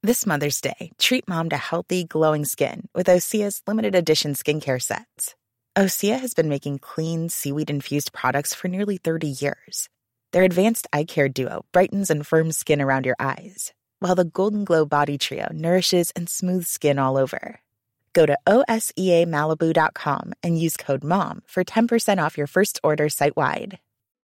This Mother's Day, treat mom to healthy, glowing skin with Osea's limited edition skincare sets. Osea has been making clean, seaweed-infused products for nearly 30 years. Their advanced eye care duo brightens and firms skin around your eyes, while the Golden Glow Body Trio nourishes and smooths skin all over. Go to OSEAMalibu.com and use code MOM for 10% off your first order site-wide.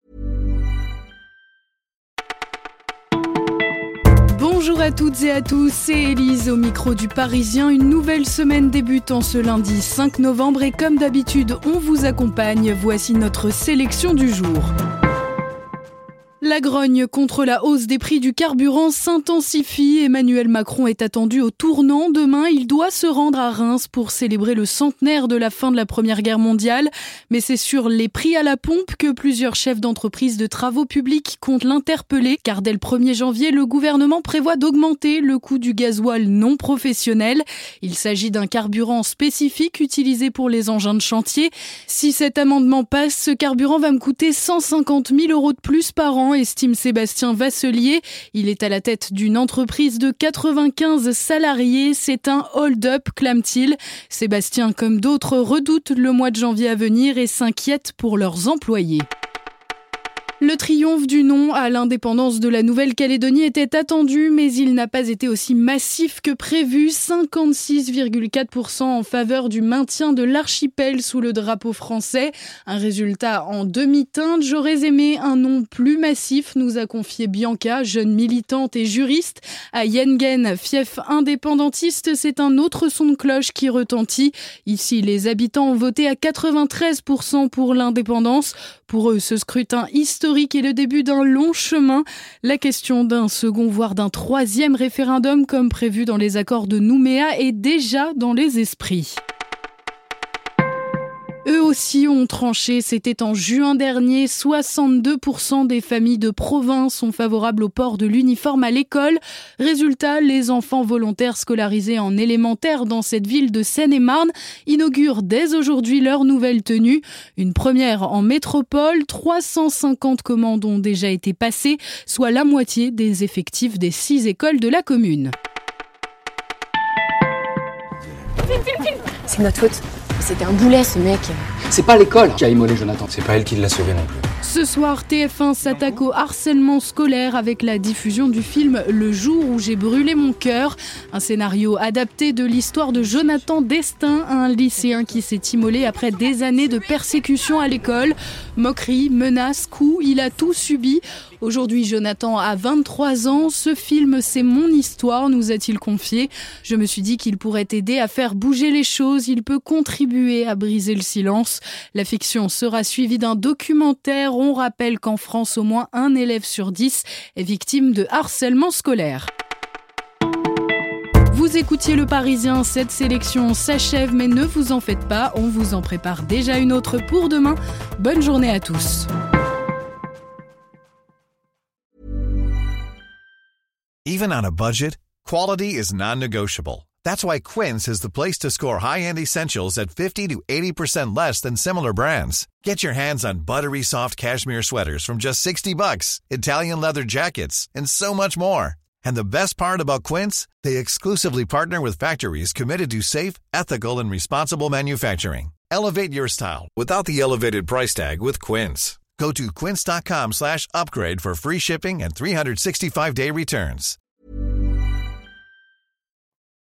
Bonjour à toutes et à tous, c'est Élise au micro du Parisien. Une nouvelle semaine débutant ce lundi 5 novembre et comme d'habitude, on vous accompagne. Voici notre sélection du jour. La grogne contre la hausse des prix du carburant s'intensifie. Emmanuel Macron est attendu au tournant. Demain, il doit se rendre à Reims pour célébrer le centenaire de la fin de la Première Guerre mondiale. Mais c'est sur les prix à la pompe que plusieurs chefs d'entreprise de travaux publics comptent l'interpeller. Car dès le 1er janvier, le gouvernement prévoit d'augmenter le coût du gasoil non professionnel. Il s'agit d'un carburant spécifique utilisé pour les engins de chantier. Si cet amendement passe, ce carburant va me coûter 150 000 € de plus par an, estime Sébastien Vasselier. Il est à la tête d'une entreprise de 95 salariés. C'est un hold-up, clame-t-il. Sébastien, comme d'autres, redoute le mois de janvier à venir et s'inquiète pour leurs employés. Le triomphe du non à l'indépendance de la Nouvelle-Calédonie était attendu, mais il n'a pas été aussi massif que prévu. 56,4% en faveur du maintien de l'archipel sous le drapeau français. Un résultat en demi-teinte. J'aurais aimé un non plus massif, nous a confié Bianca, jeune militante et juriste. À Yengen, fief indépendantiste, c'est un autre son de cloche qui retentit. Ici, les habitants ont voté à 93% pour l'indépendance. Pour eux, ce scrutin historique est le début d'un long chemin. La question d'un second, voire d'un troisième référendum, comme prévu dans les accords de Nouméa, est déjà dans les esprits. Eux aussi ont tranché, c'était en juin dernier. 62% des familles de province sont favorables au port de l'uniforme à l'école. Résultat, les enfants volontaires scolarisés en élémentaire dans cette ville de Seine-et-Marne inaugurent dès aujourd'hui leur nouvelle tenue. Une première en métropole, 350 commandes ont déjà été passées, soit la moitié des effectifs des 6 écoles de la commune. C'est notre faute. C'était un boulet, ce mec. C'est pas l'école qui a immolé Jonathan. C'est pas elle qui l'a sauvé non plus. Ce soir, TF1 s'attaque au harcèlement scolaire avec la diffusion du film Le jour où j'ai brûlé mon cœur. Un scénario adapté de l'histoire de Jonathan Destin, un lycéen qui s'est immolé après des années de persécution à l'école. Moqueries, menaces, coups, il a tout subi. Aujourd'hui, Jonathan a 23 ans. Ce film, c'est mon histoire, nous a-t-il confié. Je me suis dit qu'il pourrait aider à faire bouger les choses. Il peut contribuer à briser le silence. La fiction sera suivie d'un documentaire. On rappelle qu'en France, au moins un élève sur 10 est victime de harcèlement scolaire. Vous écoutiez Le Parisien, cette sélection s'achève, mais ne vous en faites pas, on vous en prépare déjà une autre pour demain. Bonne journée à tous. Even on a budget, quality is non-negotiable. That's why Quince is the place to score high-end essentials at 50 to 80% less than similar brands. Get your hands on buttery soft cashmere sweaters from just $60, Italian leather jackets, and so much more. And the best part about Quince, they exclusively partner with factories committed to safe, ethical, and responsible manufacturing. Elevate your style without the elevated price tag with Quince. Go to quince.com/upgrade for free shipping and 365-day returns.